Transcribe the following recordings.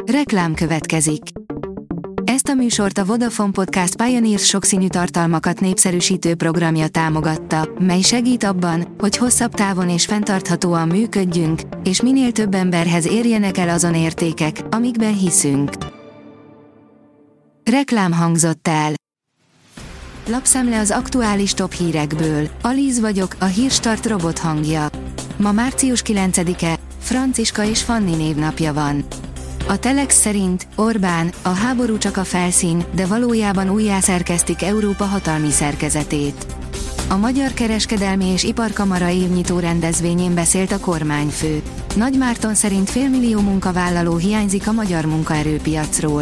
Reklám következik. Ezt a műsort a Vodafone Podcast Pioneers sokszínű tartalmakat népszerűsítő programja támogatta, mely segít abban, hogy hosszabb távon és fenntarthatóan működjünk, és minél több emberhez érjenek el azon értékek, amikben hiszünk. Reklám hangzott el. Lapszemle az aktuális top hírekből. Alíz vagyok, a Hírstart robot hangja. Ma március 9-e, Franciska és Fanni névnapja van. A Telex szerint Orbán, a háború csak a felszín, de valójában újjászerkesztik Európa hatalmi szerkezetét. A Magyar Kereskedelmi és Iparkamara évnyitó rendezvényén beszélt a kormányfő. Nagy Márton szerint 500 000 munkavállaló hiányzik a magyar munkaerőpiacról.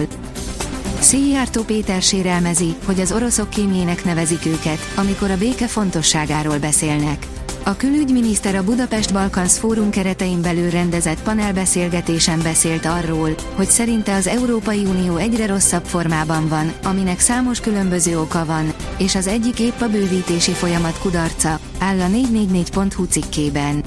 Szijjártó Péter sérelmezi, hogy az oroszok kémjének nevezik őket, amikor a béke fontosságáról beszélnek. A külügyminiszter a Budapest Balkans Fórum keretein belül rendezett panelbeszélgetésen beszélt arról, hogy szerinte az Európai Unió egyre rosszabb formában van, aminek számos különböző oka van, és az egyik épp a bővítési folyamat kudarca, áll a 444.hu cikkében.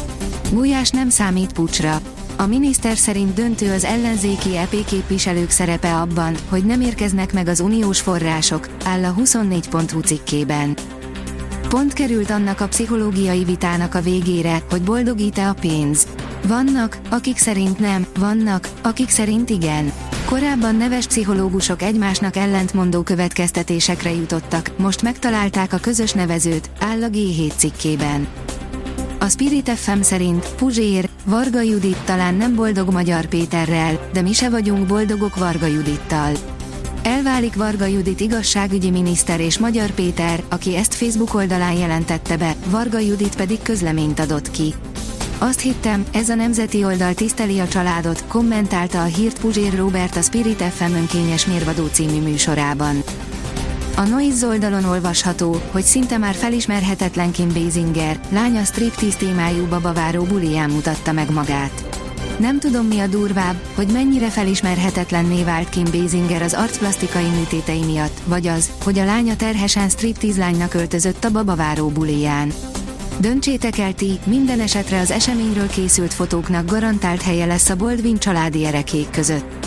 Gulyás nem számít puccsra. A miniszter szerint döntő az ellenzéki EP képviselők szerepe abban, hogy nem érkeznek meg az uniós források, áll a 24.hu cikkében. Pont került annak a pszichológiai vitának a végére, hogy boldogít-e a pénz. Vannak, akik szerint nem, vannak, akik szerint igen. Korábban neves pszichológusok egymásnak ellentmondó következtetésekre jutottak, most megtalálták a közös nevezőt, áll a G7 cikkében. A Spirit FM szerint Puzsér, Varga Judit talán nem boldog Magyar Péterrel, de mi se vagyunk boldogok Varga Judittal. Elválik Varga Judit igazságügyi miniszter és Magyar Péter, aki ezt Facebook oldalán jelentette be, Varga Judit pedig közleményt adott ki. Azt hittem, ez a nemzeti oldal tiszteli a családot, kommentálta a hírt Puzsér Róbert a Spirit FM önkényes mérvadó című műsorában. A Noise oldalon olvasható, hogy szinte már felismerhetetlen Kim Basinger, lánya striptease témájú babaváró buliján mutatta meg magát. Nem tudom mi a durvább, hogy mennyire felismerhetetlenné vált Kim Basinger az arcplasztikai műtétei miatt, vagy az, hogy a lánya terhesen striptease lánynak öltözött a babaváró buliján. Döntsétek el ti, minden esetre az eseményről készült fotóknak garantált helye lesz a Baldwin családi erekék között.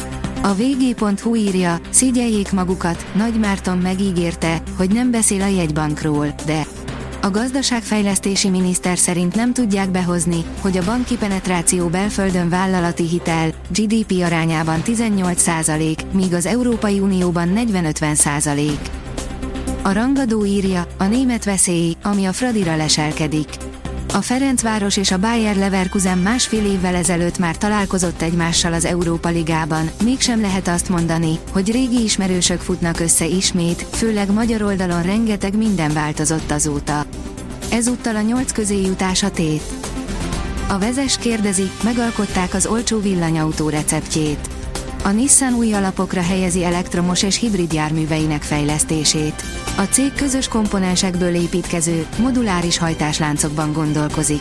A vg.hu írja, szégyeljék magukat, Nagy Márton megígérte, hogy nem beszél a jegybankról, de... A gazdaságfejlesztési miniszter szerint nem tudják behozni, hogy a banki penetráció belföldön vállalati hitel, GDP arányában 18%, míg az Európai Unióban 40-50%. A rangadó írja, a német veszély, ami a Fradira leselkedik. A Ferencváros és a Bayer Leverkusen másfél évvel ezelőtt már találkozott egymással az Európa Ligában, mégsem lehet azt mondani, hogy régi ismerősök futnak össze ismét, főleg magyar oldalon rengeteg minden változott azóta. Ezúttal a 8 közé jutás a tét. A Vezes kérdezi, megalkották az olcsó villanyautó receptjét. A Nissan új alapokra helyezi elektromos és hibrid járműveinek fejlesztését. A cég közös komponensekből építkező, moduláris hajtásláncokban gondolkozik.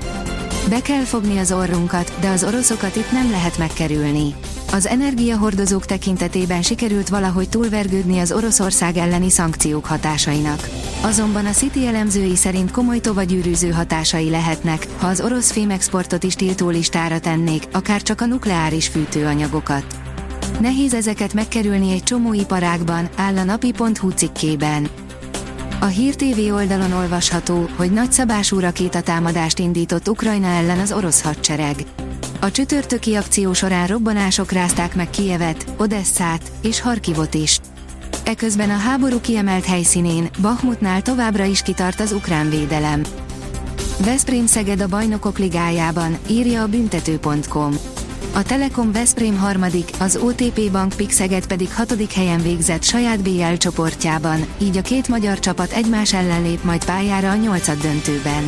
Be kell fogni az orrunkat, de az oroszokat itt nem lehet megkerülni. Az energiahordozók tekintetében sikerült valahogy túlvergődni az Oroszország elleni szankciók hatásainak. Azonban a City elemzői szerint komoly tovagyűrűző hatásai lehetnek, ha az orosz fémexportot is tiltó listára tennék, akár csak a nukleáris fűtőanyagokat. Nehéz ezeket megkerülni egy csomó iparágban, áll a napi.hu cikkében. A Hír TV oldalon olvasható, hogy nagyszabású rakétatámadást indított Ukrajna ellen az orosz hadsereg. A csütörtöki akció során robbanások rázták meg Kijevet, Odesszát és Harkivot is. Eközben a háború kiemelt helyszínén, Bahmutnál továbbra is kitart az ukrán védelem. Veszprém-Szeged a Bajnokok Ligájában, írja a büntető.com. A Telekom Veszprém harmadik, az OTP Bank Pik Szeged pedig 6. helyen végzett saját BL csoportjában, így a két magyar csapat egymás ellen lép majd pályára a 8. döntőben.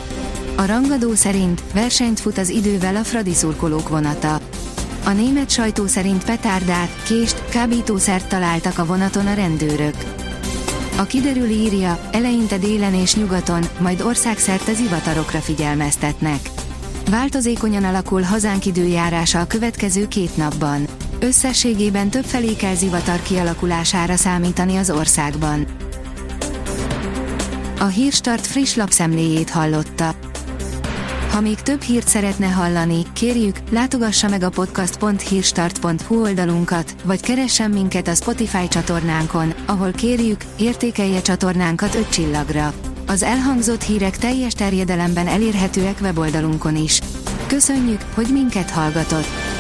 A rangadó szerint versenyt fut az idővel a Fradi szurkolók vonata. A német sajtó szerint petárdát, kést, kábítószert találtak a vonaton a rendőrök. A Kiderül írja, eleinte délen és nyugaton, majd országszerte zivatarokra figyelmeztetnek. Változékonyan alakul hazánk időjárása a következő 2 napban. Összességében többfelé kell zivatar kialakulására számítani az országban. A Hírstart friss lapszemléjét hallotta. Ha még több hírt szeretne hallani, kérjük, látogassa meg a podcast.hírstart.hu oldalunkat, vagy keressen minket a Spotify csatornánkon, ahol kérjük, értékelje csatornánkat 5 csillagra. Az elhangzott hírek teljes terjedelemben elérhetőek weboldalunkon is. Köszönjük, hogy minket hallgatott!